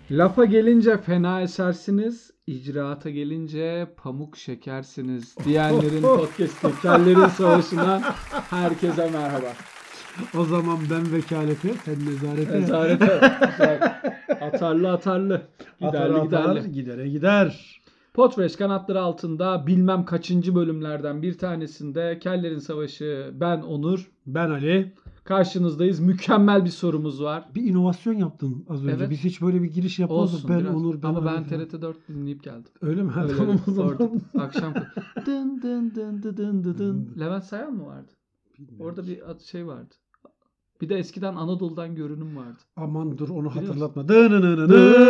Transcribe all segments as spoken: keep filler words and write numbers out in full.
Lafa gelince fena esersiniz, icraata gelince pamuk şekersiniz diyenlerin podcast'i Kellerin Savaşı'ndan herkese merhaba. O zaman ben vekalete, sen nezarete. Nezarete. Atarlı atarlı. Giderli Atar atar, giderli. gidere gider. Podfresh kanatları altında bilmem kaçıncı bölümlerden bir tanesinde Kellerin Savaşı, ben Onur. Ben Ali. Karşınızdayız. Mükemmel bir sorumuz var. Bir inovasyon yaptın az önce. Evet. Biz hiç böyle bir giriş yapmazdık. Olsun Ben biraz. Onur, ben Ama Ali ben falan. T R T dört dinleyip geldim. Öyle mi? Ha, Öyle tamam o zaman. orada akşam dın dın dın dın dın dın dın. Levent Sayar mı vardı? Bilmiyorum. Orada bir ad- şey vardı. Bir de eskiden Anadolu'dan görünüm vardı. Aman dur onu Biliyor hatırlatma. Dınınınını,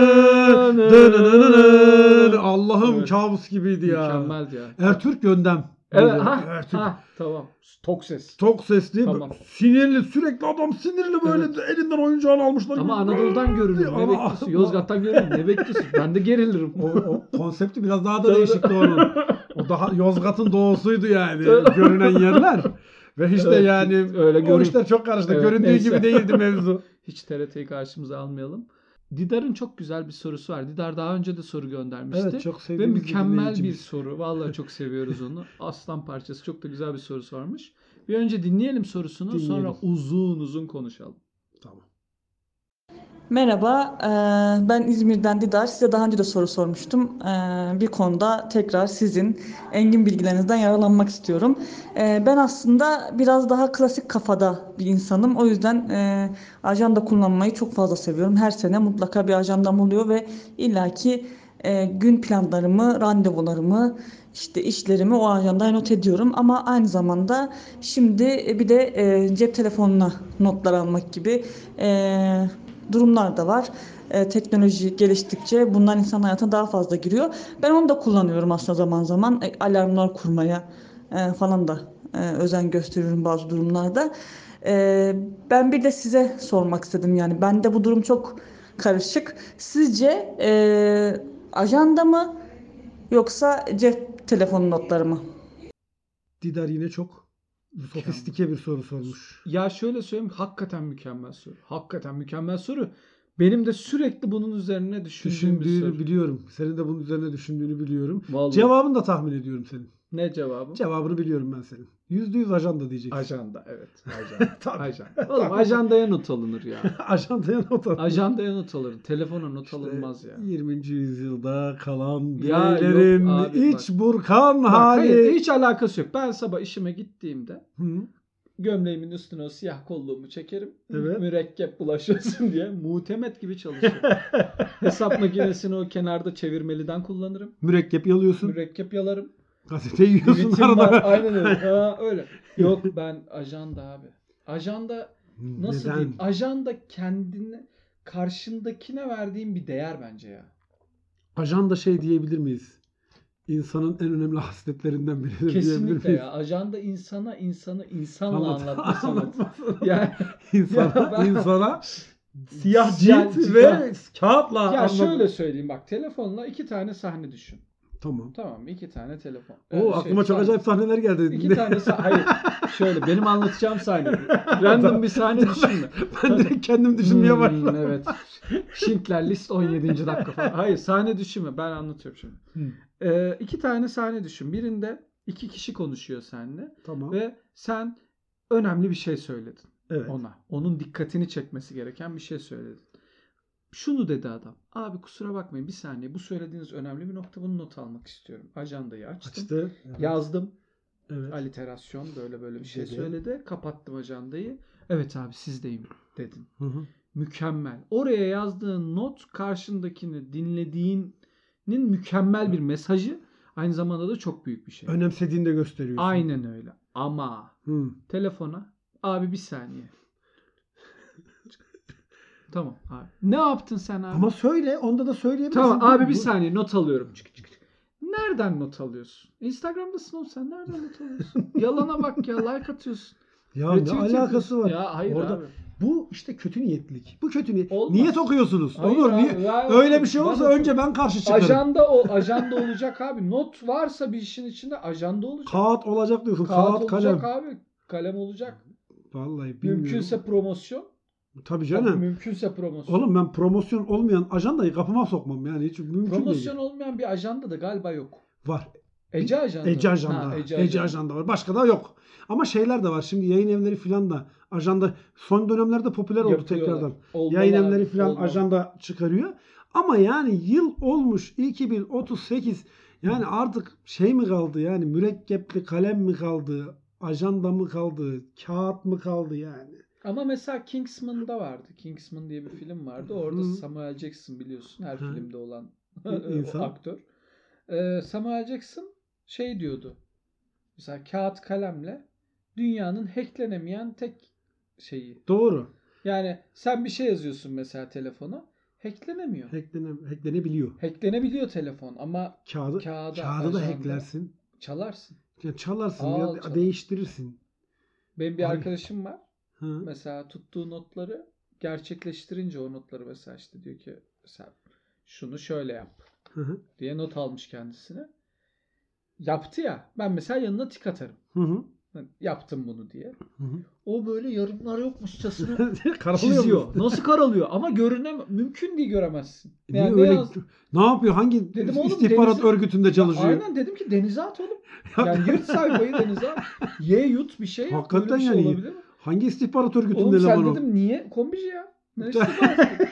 dınınınını. Allah'ım Evet. kabus gibiydi ya. Mükemmeldi ya. Ertürk Göndem. Evet, Neydi? ha, Ertürk. ha, tamam. Tok ses. Çok sesli, Tamam. sinirli, sürekli adam sinirli böyle Evet. elinden oyuncağını almışlar. Ama Anadolu'dan görünüm. Ne Ama- bekliyorsun? Yozgat'tan görünüm. Ne bekliyorsun? Ben de gerilirim. O, o konsepti biraz daha da Tabii. değişikti onun. O daha Yozgat'ın doğusuydu yani görünen yerler. Ve işte Evet, yani öyle o görün- işler çok karıştı. Evet, Göründüğü neyse. gibi değildi mevzu. Hiç T R T'yi karşımıza almayalım. Didar'ın çok güzel bir sorusu var. Didar daha önce de soru göndermişti. Evet, çok Ve sevdiğimiz bir mükemmel bir dinleyicimiz. soru. Vallahi çok seviyoruz onu. Aslan parçası. Çok da güzel bir soru sormuş. Bir önce dinleyelim sorusunu. Dinleyelim. Sonra uzun uzun konuşalım. Tamam. Merhaba, eee, ben İzmir'den Didar. Size daha önce de soru sormuştum. Eee, Bir konuda tekrar sizin engin bilgilerinizden yararlanmak istiyorum. Eee, Ben aslında biraz daha klasik kafada bir insanım. O yüzden eee, ajanda kullanmayı çok fazla seviyorum. Her sene mutlaka bir ajandam oluyor ve illaki eee, gün planlarımı, randevularımı, işte işlerimi o ajandaya not ediyorum. Ama aynı zamanda şimdi bir de eee, cep telefonuna notlar almak gibi eee durumlar da var. Ee, teknoloji geliştikçe bunlar insan hayatına daha fazla giriyor. Ben onu da kullanıyorum aslında zaman zaman. E, alarmlar kurmaya e, falan da e, özen gösteriyorum bazı durumlarda. E, ben bir de size sormak istedim. Yani bende bu durum çok karışık. Sizce e, ajanda mı yoksa cep telefonu notları mı? Didar yine çok sofistike bir soru sormuş. Ya şöyle söyleyeyim. Hakikaten mükemmel soru. Hakikaten mükemmel soru. Benim de sürekli bunun üzerine düşündüğüm bir Düşündüğünü soru. biliyorum. Senin de bunun üzerine düşündüğünü biliyorum. Vallahi. Cevabını da tahmin ediyorum senin. Ne cevabı? Cevabını biliyorum ben senin. Yüzde yüz ajanda diyeceksin. Ajanda. Evet. Ajanda. Tabii. Ajanda. Oğlum ajandaya not alınır ya. Ajandaya not al. Ajandaya not alınır. Telefona not İşte alınmaz ya. yirminci yüzyılda kalan Ya beylerin yok abi, iç bak. burkan Bak, hali. hayır, hiç alakası yok. Ben sabah işime gittiğimde Hı. gömleğimin üstüne o siyah kolluğumu çekerim. Evet. Mürekkep bulaşıyorsun diye muhtemet gibi çalışırım. Hesap makinesini o kenarda çevirmeliden kullanırım. Mürekkep yalıyorsun. Mürekkep yalarım. Gazete yiyorsun Tweetim var. arada. Aynen öyle. Ha, öyle. Yok ben ajanda abi. Ajanda nasıl Neden? diyeyim? Ajanda kendine karşındakine verdiğin bir değer bence ya. Ajanda şey diyebilir miyiz? İnsanın en önemli hasletlerinden biridir diyebilir Kesinlikle miyiz? ya. Ajanda insana insanı insanla Anlat- anlatma sanatı. anlatmasın. Yani İnsana, Ya ben- insana siyah Gel- cilt gel- ve kağıtla ya anlat- şöyle söyleyeyim bak, telefonla iki tane sahne düşün. Tamam. Tamam mı? İki tane telefon. O Ee, şey, aklıma çok sahne. acayip sahneler geldi. İki tane sahne. Hayır. Şöyle benim anlatacağım sahne. Random bir sahne düşünme. Ben direkt kendim düşünmeye Hmm, başladım. Evet. Schindler List on yedinci dakika falan. Hayır, sahne düşünme. Ben anlatıyorum şimdi. Hı. Ee, iki tane sahne düşün. Birinde iki kişi konuşuyor seninle Tamam. ve sen önemli bir şey söyledin Evet. ona. Onun dikkatini çekmesi gereken bir şey söyledin. Şunu dedi adam. Abi kusura bakmayın bir saniye. Bu söylediğiniz önemli bir nokta. Bunu not almak istiyorum. Ajandayı açtım. Açtı. Evet. Yazdım. Evet. Aliterasyon böyle böyle bir şey Dedi. söyledi. Kapattım ajandayı. Evet abi sizdeyim dedin. Hı hı. Mükemmel. Oraya yazdığın not karşındakini dinlediğinin mükemmel bir mesajı. Aynı zamanda da çok büyük bir şey. Önemsediğini de gösteriyorsun. Aynen öyle. Ama Hı. telefona abi bir saniye. Tamam abi. Ne yaptın sen abi? Ama söyle. Onda da söyleyebilirsin. Tamam Bu- abi bir bu- saniye not alıyorum. Çık çık çık. Nereden not alıyorsun? Instagram'dasın oğlum sen nereden not alıyorsun? Yalana bak ya, like atıyorsun. Ya ne Retweet alakası yapıyorsun. var? Ya hayır Orada abi. bu işte kötü niyetlilik. Bu kötü niyet. Olmaz. Niyet okuyorsunuz. Hayır Olur. abi, niye- ya- Öyle bir şey ben olursa oku- önce ben karşı çıkarım. Ajanda o ajanda olacak abi. Not varsa bir işin içinde ajanda olacak. Kağıt olacak diyorsun. Kağıt Kağıt, kalem. olacak abi. Kalem olacak. Vallahi bilmiyorum. Mümkünse promosyon. Tabii Tabii canım. mümkünse promosyon. Oğlum ben promosyon olmayan ajandayı kapıma sokmam yani hiç mümkün Promosyon değil. olmayan bir ajanda da galiba yok. Var. Ece ajanda. Ece mı? ajanda. Ha, Ece, Ece ajanda. ajanda var. Başka da yok. Ama şeyler de var. Şimdi yayın evleri falan da ajanda son dönemlerde popüler oldu Yapıyorlar. tekrardan. Olmalı Yayın abi, evleri falan olmalı. ajanda çıkarıyor. Ama yani yıl olmuş iki bin otuz sekiz. Yani artık şey mi kaldı yani mürekkepli kalem mi kaldı? Ajanda mı kaldı? Kağıt mı kaldı yani? Ama mesela Kingsman'da vardı. Kingsman diye bir film vardı. Orada Hı. Samuel Jackson biliyorsun. Her Hı. filmde olan İnsan. o aktör. Ee, Samuel Jackson şey diyordu. Mesela kağıt kalemle dünyanın hacklenemeyen tek şeyi. Doğru. Yani sen bir şey yazıyorsun mesela telefona. Hacklenemiyor. Hacklene, hacklenebiliyor. Hacklenebiliyor telefon ama Kağıdı, kağıda, kağıdı da ajanda hacklersin. çalarsın. Ya çalarsın Al ya çalar. değiştirirsin. Benim bir Abi. arkadaşım var. Hı. Mesela tuttuğu notları gerçekleştirince o notları mesela işte diyor ki mesela şunu şöyle yap Hı hı. diye not almış kendisine. Yaptı ya. Ben mesela yanına tik atarım. Hı hı. Ben yaptım bunu diye. Hı hı. O böyle yarımlar yokmuşçasına Karalıyor çiziyor. mu? Nasıl karalıyor? Ama görünem mümkün değil göremezsin. Niye Yani ne öyle? yaz- Ne yapıyor? Hangi Dedim oğlum, istihbarat denize- örgütünde Ya çalışıyor? aynen dedim ki denize at oğlum. Yani yırt sayfayı denize at. Ye yut bir şey yap. Hakikaten Böyle bir şey yani. olabilir mi? Hangi istihbarat örgütünde Oğlum sen eleman o? dedim niye? Kombici ya. Ne istihbaratı?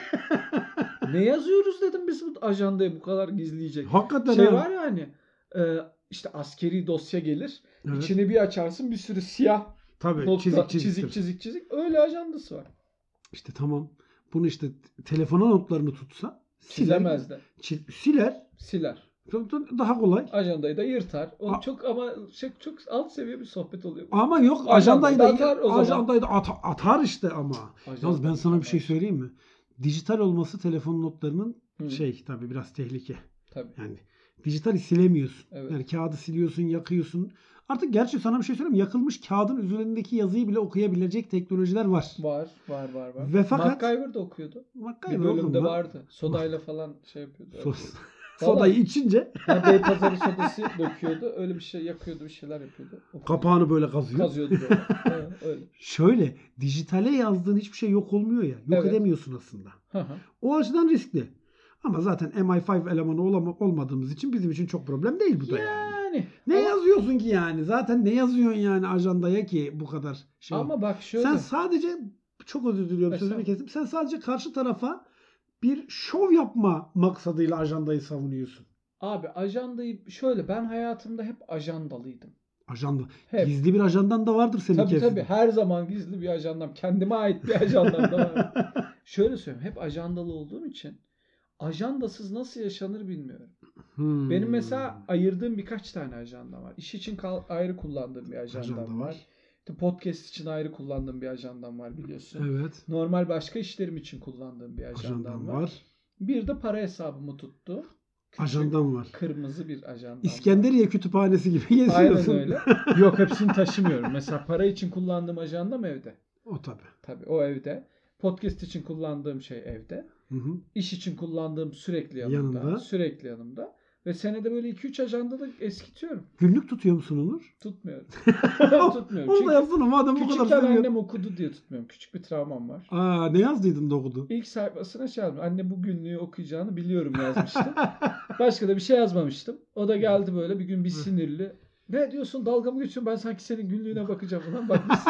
Ne yazıyoruz dedim biz bu ajandaya bu kadar gizleyecek. Hakikaten Şey ha. var ya hani e, işte askeri dosya gelir. Evet. İçini bir açarsın bir sürü siyah Tabii nokta, çizik çizik, çiziktir. çizik çizik öyle ajandası var. İşte tamam. Bunu işte telefona notlarını tutsa siler. Silemez de. Çi- siler. Siler. Çok da- Daha kolay. Ajandayı da yırtar. Oğlum A- çok ama şey, çok alt seviye bir sohbet oluyor. Ama yok Ajandayı ajandayı da da atar o zaman. ajandayı da at- atar işte ama. Yalnız ben Ajanda sana bir şey mükemmel. söyleyeyim mi? Dijital olması telefon notlarının Hı. şey tabii biraz tehlike. Tabii. Yani dijitali silemiyorsun. Evet. Yani kağıdı siliyorsun, yakıyorsun. Artık gerçi sana bir şey söyleyeyim mi? Yakılmış kağıdın üzerindeki yazıyı bile okuyabilecek teknolojiler var. Var, var, var, var. Ve fakat- MacGyver da okuyordu. MacGyver Bir oğlum bölümde lan. vardı. Sodayla falan şey yapıyordu. Sos- Vallahi. Sodayı içince Ha, Beypazarı sodası döküyordu. Öyle bir şey yakıyordu, bir şeyler yapıyordu. Okuyordu. kapağını böyle kazıyor. Kazıyordu böyle. Ha, öyle. Şöyle dijitale yazdığın hiçbir şey yok olmuyor ya. Yok Evet. edemiyorsun aslında. Hı hı. O açıdan riskli. Ama zaten M I beş elemanı olama- olmadığımız için bizim için çok problem değil bu da yani. Yani. Ne ama, yazıyorsun ki yani? Zaten ne yazıyorsun yani ajandaya ki bu kadar şey. ama bak şöyle. Sen sadece çok özür diliyorum Mesela- sözünü kestim. Sen sadece karşı tarafa bir şov yapma maksadıyla ajandayı savunuyorsun. Abi ajandayı şöyle ben hayatımda hep ajandalıydım. Ajanda. Hep. Gizli bir ajandan da vardır senin Tabii kesin. tabii her zaman gizli bir ajandam. Kendime ait bir ajandam da var. Şöyle söyleyeyim. Hep ajandalı olduğum için ajandasız nasıl yaşanır bilmiyorum. Hmm. Benim mesela ayırdığım birkaç tane ajandam var. İş için kal- ayrı kullandığım bir ajandam Ajanda var. var. İşte podcast için ayrı kullandığım bir ajandam var biliyorsun. Evet. Normal başka işlerim için kullandığım bir ajandam Ajandam var. var. Bir de para hesabımı tuttu. Küçük, Ajandam var. kırmızı bir ajandam var. İskenderiye kütüphanesi gibi geziyorsun. Aynen öyle. Yok hepsini taşımıyorum. Mesela para için kullandığım ajandam evde. O tabii. Tabii o evde. Podcast için kullandığım şey evde. Hı hı. İş için kullandığım sürekli yanımda. Yanında. Sürekli yanımda. Ve senede böyle iki üç ajanda da eskitiyorum. Günlük tutuyor musun Onur? Tutmuyorum. Tutmuyorum. Onu da Çünkü yazsana madem bu kadar küçükken seviyorsun. annem okudu diye tutmuyorum. Küçük bir travmam var. Aa, ne yazdıydın da okudu? İlk sayfasına şey yazdım. Anne bu günlüğü okuyacağını biliyorum yazmıştım. Başka da bir şey yazmamıştım. O da geldi böyle bir gün bir sinirli. Ne diyorsun dalga mı geçiyorsun? Ben sanki senin günlüğüne bakacağım falan. Bakmışsın.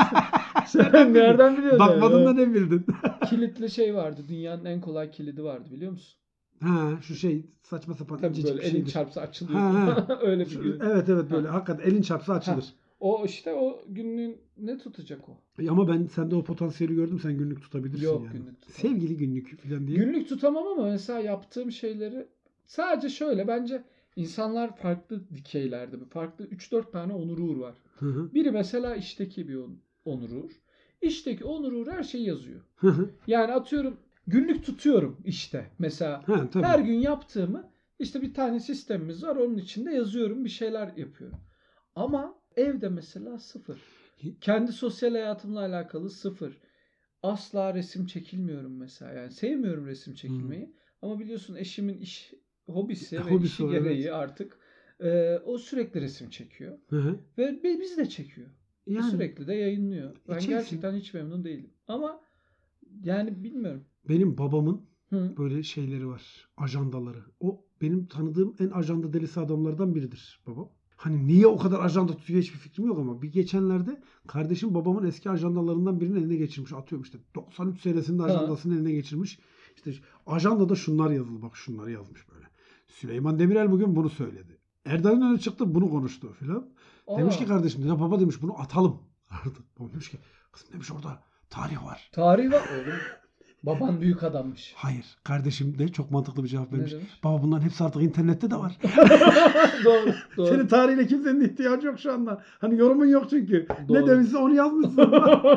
Sen nereden biliyorsun? Bakmadın yani? da ne bildin? Kilitli şey vardı. Dünyanın en kolay kilidi vardı biliyor musun? Ha şu şey saçma sapan Tabii incecik böyle bir elin şeydir. çarpsa açılıyor. Ha, ha. Öyle bir Şu- gün. Evet evet böyle Ha. hakikaten elin çarpsa açılır. O işte o günlüğün ne tutacak o? E Ama ben sende o potansiyeli gördüm. Sen günlük tutabilirsin Yok, yani. günlük tutamam. Sevgili günlük falan diye. Günlük tutamam ama mesela yaptığım şeyleri sadece şöyle bence insanlar farklı dikeylerde. Farklı üç dört tane onur uğur var. Hı hı. Biri mesela işteki bir on- onur uğur. İşteki onur uğur her şeyi yazıyor. Hı hı. Yani atıyorum günlük tutuyorum işte mesela. Ha, tabii. Her gün yaptığımı işte bir tane sistemimiz var onun içinde yazıyorum bir şeyler yapıyorum. Ama evde mesela sıfır. Kendi sosyal hayatımla alakalı sıfır. Asla resim çekilmiyorum mesela. Yani sevmiyorum resim çekilmeyi. Ama biliyorsun eşimin iş hobisi ve Hobisi işi o, gereği evet. artık e, o sürekli resim çekiyor. Hı hı. Ve biz de çekiyor. Yani Sürekli de yayınlıyor. Ben çeksin. gerçekten hiç memnun değilim. Ama Yani bilmiyorum. Benim babamın Hı. böyle şeyleri var. Ajandaları. O benim tanıdığım en ajanda delisi adamlardan biridir babam. Hani niye o kadar ajanda tutuyor hiçbir fikrim yok ama bir geçenlerde kardeşim babamın eski ajandalarından birini eline geçirmiş. Atıyorum işte doksan üç senesinde ajandasını eline geçirmiş. İşte ajandada şunlar yazılı. Bak şunları yazmış böyle. Süleyman Demirel bugün bunu söyledi. Erdal'ın önüne çıktı bunu konuştu filan. Demiş ki kardeşim ya baba demiş bunu atalım. Babam demiş ki kızım demiş orada tarih var. Tarih var oğlum. Baban büyük adammış. Hayır. Kardeşim de çok mantıklı bir cevap vermiş. Ne demiş? Baba bunların hepsi artık internette de var. Doğru. Doğru. Senin tarihle kimsenin ihtiyacı yok şu anda. Hani yorumun yok çünkü. Doğru. Ne demişse onu yazmışsın.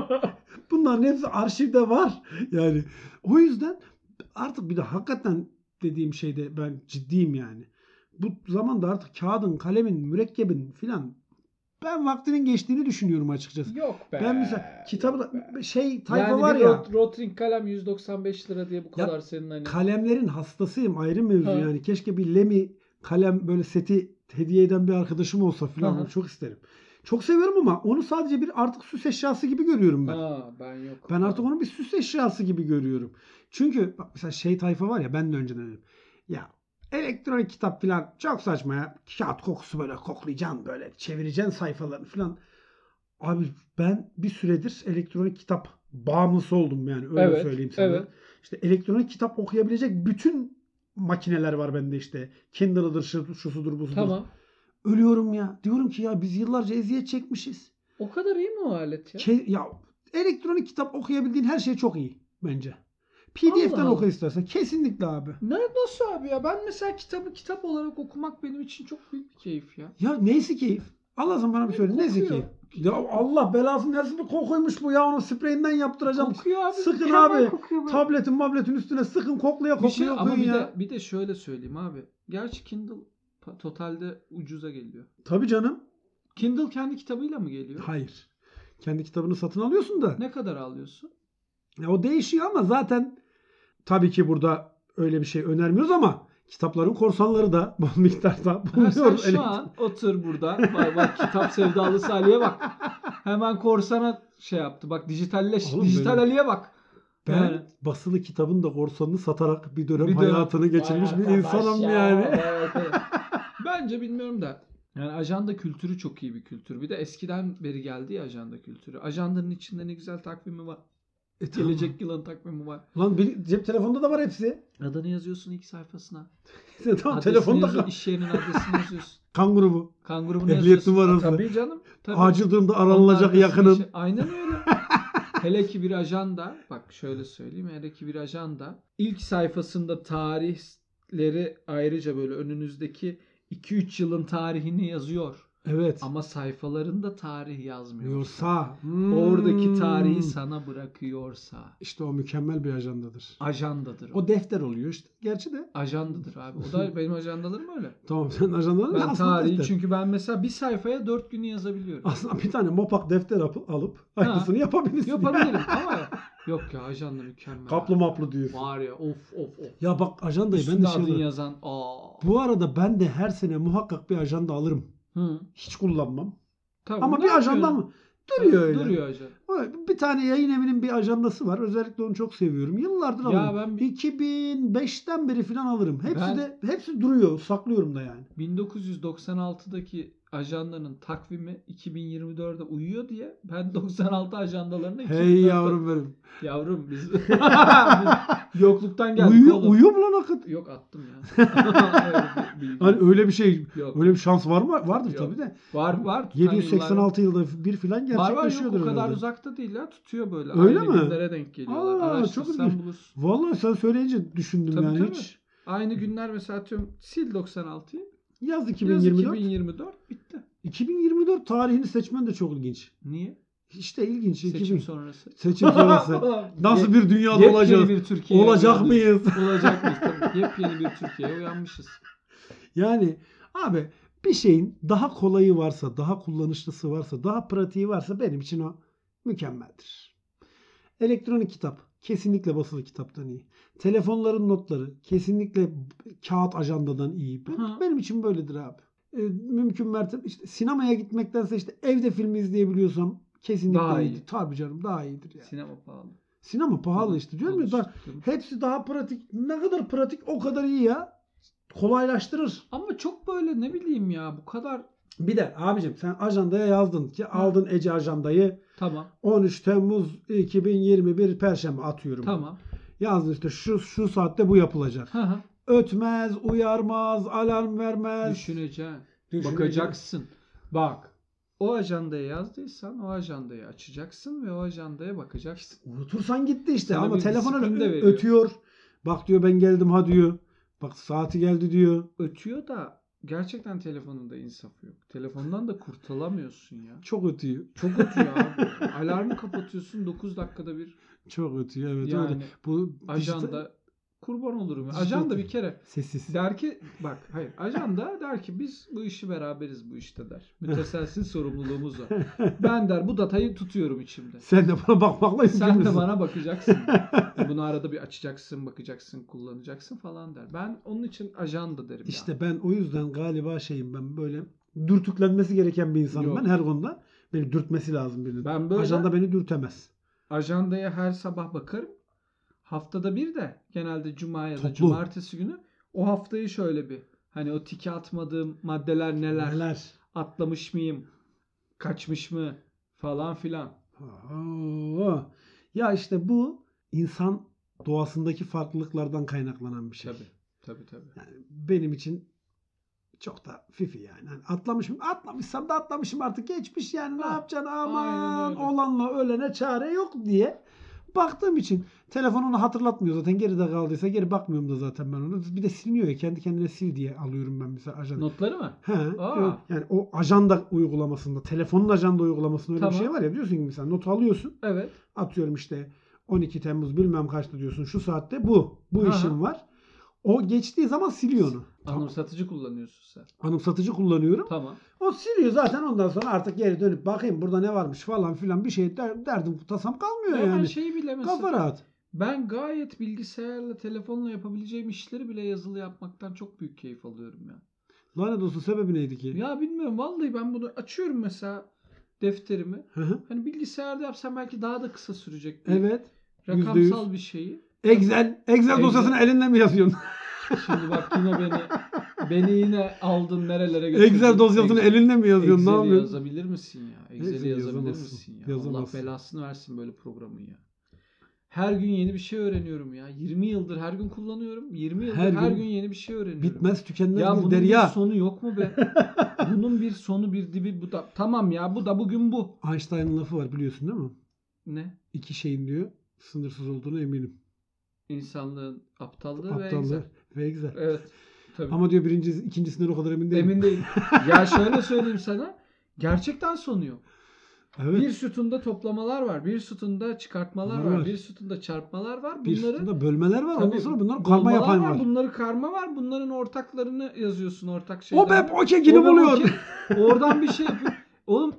Bunların hepsi arşivde var. Yani o yüzden artık bir de hakikaten dediğim şeyde ben ciddiyim yani. Bu zamanda artık kağıdın, kalemin, mürekkebin filan ben vaktinin geçtiğini düşünüyorum açıkçası. Yok be. Ben mesela kitabı da şey tayfa yani var bir ya. Rot- Rotring kalem yüz doksan beş lira diye bu Ya, kadar senin hani. Kalemlerin hastasıyım ayrı mevzu Ha. yani. Keşke bir Lemi kalem böyle seti hediye eden bir arkadaşım olsa falan. Hı hı. Onu çok isterim. Çok seviyorum ama onu sadece bir artık süs eşyası gibi görüyorum ben. Ha, ben yok. Ben artık onu bir süs eşyası gibi görüyorum. Çünkü bak mesela şey tayfa var ya ben de önceden öyle. Ya elektronik kitap falan çok saçma ya. Kağıt kokusu böyle koklayacaksın böyle çevireceksin sayfalarını falan. Abi ben bir süredir elektronik kitap bağımlısı oldum yani öyle Evet, söyleyeyim sana. evet. İşte elektronik kitap okuyabilecek bütün makineler var bende işte. Kindle'ıdır, şu, şusudur, busudur. Tamam. Ölüyorum ya. Diyorum ki ya biz yıllarca eziyet çekmişiz. O kadar iyi mi o alet ya? Ke- ya elektronik kitap okuyabildiğin her şey çok iyi bence. P D F'den Allah oku Allah. istersen. Kesinlikle abi. Ne nasıl abi ya? Ben mesela kitabı kitap olarak okumak benim için çok büyük bir keyif ya. Ya neyse keyif. Allah zaman bana bir söyle. Neyse Kokuyor. keyif. Ya Allah belasını nasıl bir kokuymuş bu ya. Onu spreyinden yaptıracağım. Kokuyor abi. Sıkın mükemmel abi. kokuyor böyle. Tabletin mabletin üstüne sıkın kokluya Bir kokluya şey, ama okuyun bir ya. de bir de şöyle söyleyeyim abi. Gerçi Kindle pa- totalde ucuza geliyor. Tabii canım. Kindle kendi kitabıyla mı geliyor? Hayır. Kendi kitabını satın alıyorsun da. Ne kadar alıyorsun? Ya o değişiyor ama zaten tabii ki burada öyle bir şey önermiyoruz ama kitapların korsanları da bol miktarda Ha, sen bulunuyor. şu an otur burada. Bak, bak kitap sevdalısı Ali'ye bak. Hemen korsana şey yaptı. Bak dijitalleş. Oğlum Dijital benim- Ali'ye bak. Ben Yani. basılı kitabın da korsanını satarak bir dönem Bir dönem- hayatını geçirmiş Vay bir arkadaş insanım ya, yani. vay arkadaş. Bence bilmiyorum da. Yani ajanda kültürü çok iyi bir kültür. Bir de eskiden beri geldi ya ajanda kültürü. Ajandanın içinde ne güzel takvimi var. E, tamam. Gelecek yılın takvimi var. Lan bir cep telefonunda da var hepsi. Adını yazıyorsun ilk sayfasına. Tamam Adresini telefonda yazıyorsun, kal. iş yerinin adresini yazıyorsun. Kan grubu. Kan grubunu Ehliyet yazıyorsun. numarası. Tabii canım. Tabii. Acil durumda Onun aranılacak arkasına yakının. şey- Aynen öyle. Hele ki bir ajanda, bak şöyle söyleyeyim. Hele ki bir ajanda ilk sayfasında tarihleri ayrıca böyle önünüzdeki iki üç yılın tarihini yazıyor. Evet. Ama sayfalarında tarih yazmıyor. Diyorsa. hmm. Oradaki tarihi sana bırakıyorsa İşte o mükemmel bir ajandadır. ajandadır o. O defter oluyor işte. Gerçi de. Ajandadır abi. O da benim ajandalarım öyle. Tamam sen ajandaları Ben aslında tarihi defter. çünkü ben mesela bir sayfaya dört günü yazabiliyorum. Aslında bir tane mopak defter alıp, alıp aynısını yapabilirsin. Yapabilirim ama yok ya ajanda mükemmel. Kaplı maplı diyorsun. Var ya of of of. Ya bak ajandayı ben Üstünde de şey adını alıyorum. yazan. Aa. Bu arada ben de her sene muhakkak bir ajanda alırım. Hı. Hiç kullanmam. Tamam, Ama ne bir ajanda yapıyorsun? mı? Duruyor öyle. Duruyor ajanda. Bir tane yayın evinin bir ajandası var. Özellikle onu çok seviyorum. Yıllardır Ya alırım. ben- iki bin beşten beri falan alırım. Hepsi Ben- de hepsi duruyor. Saklıyorum da yani. bin dokuz yüz doksan altıdaki ajandanın takvimi iki bin yirmi dörde uyuyor diye ben doksan altı ajandalarını iki bin dörtte Hey yavrum benim. Yavrum biz, biz yokluktan geldik Uyuyor, oğlum. uyuyor mu lan hakikaten? Yok attım ya. Öyle bir bilgi. Hani öyle bir şey, Yok. öyle bir şans var mı? Vardır Yok. tabii de. Var var. tutan yedi yüz seksen altı yıllar yılda bir filan var. Var var yok gerçekleşiyordur o kadar herhalde. uzakta değil ya. Tutuyor böyle. Öyle Aynı mi? günlere denk geliyorlar. Aa, Araştırsan çok ilginç. bulursun. Vallahi sen söyleyince düşündüm Tabii, yani tabii. hiç. Aynı günler mesela atıyorum sil doksan altıyı. Yaz iki bin Yaz yirmi dört. iki bin yirmi dört bitti. iki bin yirmi dört tarihini seçmen de çok ilginç. Niye? İşte ilginç. Seçim iki bin sonrası. Seçim sonrası. Nasıl bir dünyada Yepyeni olacağız? bir Türkiye Olacak uyanmışız. mıyız? Olacak mıyız? Tabii. Yepyeni bir Türkiye'ye uyanmışız. Yani abi bir şeyin daha kolayı varsa, daha kullanışlısı varsa, daha pratiği varsa benim için o mükemmeldir. Elektronik kitap kesinlikle basılı kitaptan iyi. Telefonların notları kesinlikle kağıt ajandadan iyi. Ben- Hı. Benim için böyledir abi. Ee, mümkün mertebe işte sinemaya gitmektense işte evde film izleyebiliyorsam kesinlikle Daha iyi. iyidir. Tabii canım daha iyidir yani. Sinema pahalı. Sinema pahalı işte diyorum ya. Da, Konuştuk. hepsi daha pratik. Ne kadar pratik o kadar iyi ya. Kolaylaştırır. Ama çok böyle ne bileyim ya bu kadar. Bir de abicim sen ajandaya yazdın ki aldın Ece ajandayı. Tamam. on üç Temmuz iki bin yirmi bir Perşembe atıyorum. Tamam. Yazdın işte şu şu saatte bu yapılacak. Hı hı. Ötmez, uyarmaz, alarm vermez. Düşüneceksin. Düşüneceksin. Bakacaksın. Bak. O ajandaya yazdıysan o ajandayı açacaksın ve o ajandaya bakacaksın. Unutursan gitti işte. Sana Ama bir telefon disiplin öyle de ö- veriyor. ötüyor. Bak diyor ben geldim ha diyor. Bak saati geldi diyor. Ötüyor da gerçekten telefonunda insaf yok. Telefondan da kurtulamıyorsun ya. Çok ötüyor. Çok ötüyor abi. Alarmı kapatıyorsun dokuz dakikada bir. Çok ötüyor evet Yani öyle. Bu Ajanda kurban olurum. ya. dijital- Ajanda bir kere sessiz. der ki bak hayır ajanda der ki biz bu işi beraberiz bu işte der. Müteselsiz sorumluluğumuz var. Ben der bu datayı tutuyorum içimde. Sen de bana bakmakla Sen de yükümlüsün. bana bakacaksın. Bunu arada bir açacaksın, bakacaksın, kullanacaksın falan der. Ben onun için ajanda derim İşte ya. ben o yüzden galiba şeyim ben böyle dürtüklenmesi gereken bir insanım Yok. ben her konuda. Beni dürtmesi lazım birinin. Ben böyle Ajanda beni dürtemez. ajandaya her sabah bakarım. Haftada bir de genelde cuma ya da Toplu. cumartesi günü o haftayı şöyle bir hani o tiki atmadığım maddeler neler, Neler? atlamış mıyım, kaçmış mı falan filan. Aa, ya işte bu insan doğasındaki farklılıklardan kaynaklanan bir şey. Tabii. Tabii tabii. Yani benim için çok da fifi yani. Hani atlamışım, atlamışsam da atlamışım artık geçmiş yani ne Ha, yapacaksın aynen aman öyle. olanla ölene çare yok diye baktığım için telefon onu hatırlatmıyor zaten geride kaldıysa geri bakmıyorum da zaten ben onu. Bir de siliniyor ya kendi kendine sil diye alıyorum ben mesela ajanda. Notları mı? He, Aa. yani o ajanda uygulamasında, telefonun ajanda uygulamasında öyle Tamam. bir şey var ya diyorsun ki mesela not alıyorsun. Evet. Atıyorum işte on iki Temmuz bilmem kaçta diyorsun şu saatte bu. Bu Aha. işim var. O geçtiği zaman siliyor onu. Anımsatıcı kullanıyorsun sen. Anımsatıcı kullanıyorum. Tamam. O siliyor zaten ondan sonra artık geri dönüp bakayım burada ne varmış falan filan bir şey der, derdim tasam kalmıyor Ben yani. şeyi bile mesela Kafa rahat. ben gayet bilgisayarla telefonla yapabileceğim işleri bile yazılı yapmaktan çok büyük keyif alıyorum ya. Lanet olsun sebebi neydi ki? Ya bilmiyorum vallahi ben bunu açıyorum mesela defterimi. Hı hı. Hani bilgisayarda yapsam belki daha da kısa sürecek bir Evet. yüzde yüz. rakamsal bir şeyi. Excel. Excel dosyasını elinle mi yazıyorsun? Şimdi bak yine beni beni yine aldın nerelere götürdün. Excel dosyasını Excel- elinle mi yazıyorsun? Ne Excel'i yapıyorsun? yazabilir misin ya? Excel Excel'i yazabilir yazamazsın. misin ya? Allah Yazamazsın. belasını versin böyle programın ya. Her gün yeni bir şey öğreniyorum ya. yirmi yıldır her gün kullanıyorum. yirmi yıldır Her her, gün gün yeni bir şey öğreniyorum. Bitmez tükenmez Ya bir bunun derya. bir sonu yok mu be? Bunun bir sonu bir dibi bu da. Tamam ya bu da bugün bu. Einstein'ın lafı var biliyorsun değil mi? Ne? İki şeyin diyor sınırsız olduğunu eminim. İnsanlığın aptallığı, ve Aptallığı Excel. ve Excel. Evet. Tabii. Ama diyor birinci, ikincisinden o kadar emin değilim. Emin değilim. Ya şöyle söyleyeyim sana. Gerçekten sonu yok. Evet. Bir sütunda toplamalar var. Bir sütunda çıkartmalar Var, var. var. Bir sütunda çarpmalar var. Bir Bunları sütunda bölmeler var. Ondan Tabii, sonra bunlar karma bulmalar yapan var. Bunları karma var. Bunların ortaklarını yazıyorsun. Ortak şeyler. O be okekini O be buluyor. okey. Oradan bir şey yapıyor. Oğlum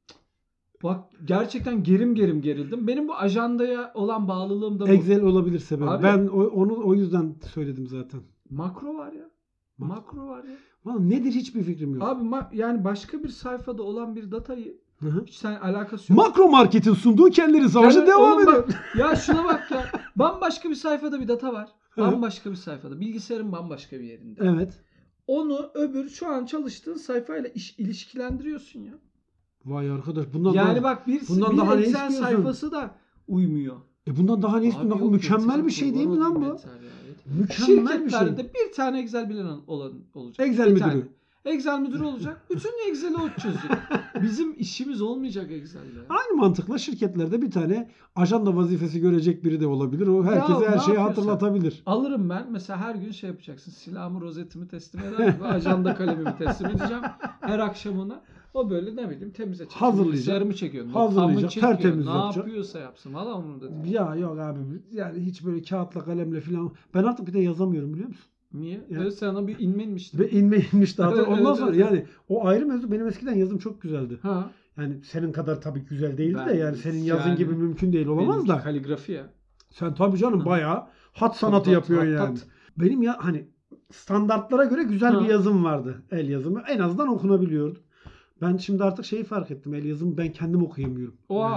bak gerçekten gerim gerim gerildim. Benim bu ajandaya olan bağlılığım da bu. Excel olabilir sebep. Abi- Ben o- onu o yüzden söyledim zaten. Makro var ya. Mak- Makro var ya. Vallahi nedir hiçbir fikrim yok. Abi ma- yani başka bir sayfada olan bir datayı Hı hı. hiç sen alakası yok. Makro Market'in sunduğu kendileri savaşı Yani devam oğlum ediyor. bak- ya şuna bak ya. Bambaşka bir sayfada bir data var. Hı. Bambaşka bir sayfada. Bilgisayarın bambaşka bir yerinde. Evet. Onu öbür şu an çalıştığın sayfayla iş, ilişkilendiriyorsun ya. Vay arkadaş bundan yani daha, bak bir, bundan bir daha ne Excel istiyorsun? sayfası da uymuyor. e bundan daha ne istiyorsun? Abi Bu yok, mükemmel yeter, bir şey değil mi kurban lan olayım bu? yeter ya, yeter. Mükemmel bir şey. Şirketlerde bir tane Excel bilen olan olacak. Excel Bir müdürü. tane. Excel müdürü olacak. Bütün Excel'i o çözecek. Bizim işimiz olmayacak Excel'de. Aynı mantıkla şirketlerde bir tane ajanda vazifesi görecek biri de olabilir. O herkese Ya, her ne şeyi yapıyorsun? hatırlatabilir. Alırım ben. Mesela her gün şey yapacaksın. Silahımı, rozetimi teslim eder gibi. Ajanda kalemimi teslim edeceğim. Her akşam ona. O böyle ne bileyim temize çekiyor. Hazırlayacak. Bilgisayarımı çekiyor. Hazırlayacak, notamı çekiyor, tertemiz ne yapacak. yapıyorsa yapsın. Valla onu da değil. Ya yok abi yani hiç böyle kağıtla kalemle falan. Ben artık bir de yazamıyorum biliyor musun? Niye? Ya. Evet, sana bir inme inmişti. Ve inme inmiş daha. Evet, Ondan evet, sonra evet. yani o ayrı mevzu. Benim eskiden yazım çok güzeldi. Ha. Yani senin kadar tabii güzel değildi Ben- de yani senin yazın yani gibi mümkün değil olamaz Benimki da. kaligrafi ya. Sen tabii canım Ha. bayağı hat sanatı Tabii, yapıyorsun hat, yani. hat. Benim ya hani standartlara göre güzel Ha. bir yazım vardı. El yazımı. En azından okunabiliyordu. Ben şimdi artık şeyi fark ettim. El yazımı ben kendim okuyamıyorum. Oha. Yani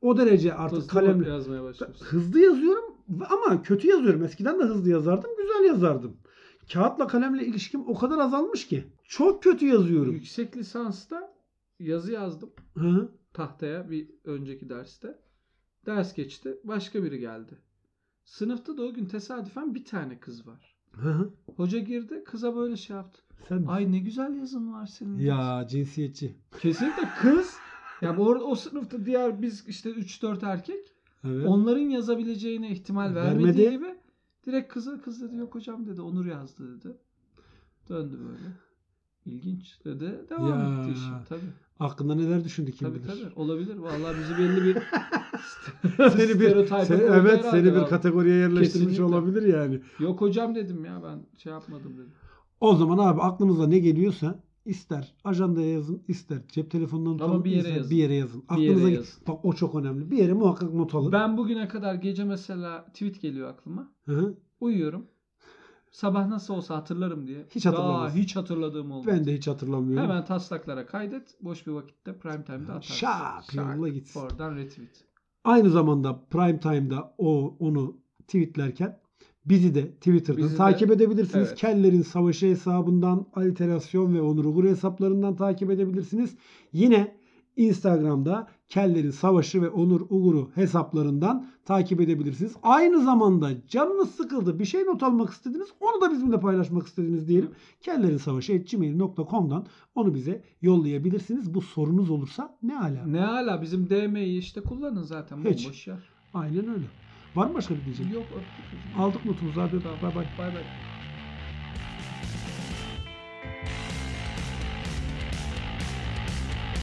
O derece artık Hızlı kalemle yazmaya başlıyorsun. hızlı yazıyorum ama kötü yazıyorum. Eskiden de hızlı yazardım, güzel yazardım. Kağıtla kalemle ilişkim o kadar azalmış ki. Çok kötü yazıyorum. Yüksek lisansta yazı yazdım Hı. tahtaya bir önceki derste. Ders geçti. Başka biri geldi. Sınıfta da o gün tesadüfen bir tane kız var. Hı. Hoca girdi. Kıza böyle şey yaptı. Sen Ay ne güzel yazın var senin. ya cinsiyetçi. Kesinlikle kız. Ya orada o sınıfta diğer biz işte üç dört erkek. Evet. Onların yazabileceğine ihtimal Vermedi. vermediği gibi direkt kızı kız dedi yok hocam dedi. Onur yazdı dedi. Döndü böyle. İlginç dedi. Devam Ya. etti işim tabii. Aklında neler düşündü kim Tabii bilir. tabii. Olabilir. Vallahi bizi belli bir Seni bir stereotype sen- koydu evet herhalde seni bir vallahi. kategoriye yerleştirmiş Kesinlikle. olabilir yani. Yok hocam dedim ya ben şey yapmadım dedim. O zaman abi aklınıza ne geliyorsa ister ajandaya yazın, ister cep telefonundan Ama tutalım, bir yere ister yazın. bir yere yazın. Bir yere Aklınıza yazın. bak o çok önemli. Bir yere muhakkak not alın. Ben bugüne kadar gece mesela tweet geliyor aklıma. Hı hı. Uyuyorum. Sabah nasıl olsa hatırlarım diye. Hiç Daha hatırlamazsın. hiç hatırladığım olmadı. Ben de hiç hatırlamıyorum. Hemen taslaklara kaydet. Boş bir vakitte prime time'da atarsın. Şak, yolla gitsin. Oradan retweet. Aynı zamanda prime time'da o onu tweetlerken bizi de Twitter'dan Bizi de, takip edebilirsiniz. evet. Kellerin Savaşı hesabından, Aliterasyon ve Onur Uğur hesaplarından takip edebilirsiniz. Yine Instagram'da Kellerin Savaşı ve Onur Uğur'u hesaplarından takip edebilirsiniz. Aynı zamanda canınız sıkıldı, bir şey not almak istediniz, onu da bizimle paylaşmak istediniz diyelim. kellerin savaşı at gmail nokta com'dan onu bize yollayabilirsiniz. Bu sorunuz olursa ne ala. Ne hala bizim D M'yi işte kullanın zaten. Hiç. Bomboş yer. Aynen öyle. Var mı başka bir diyeceğim? Yok öptük. Aldık notumuzu. Hadi Tamam. bay bay. Bay bay.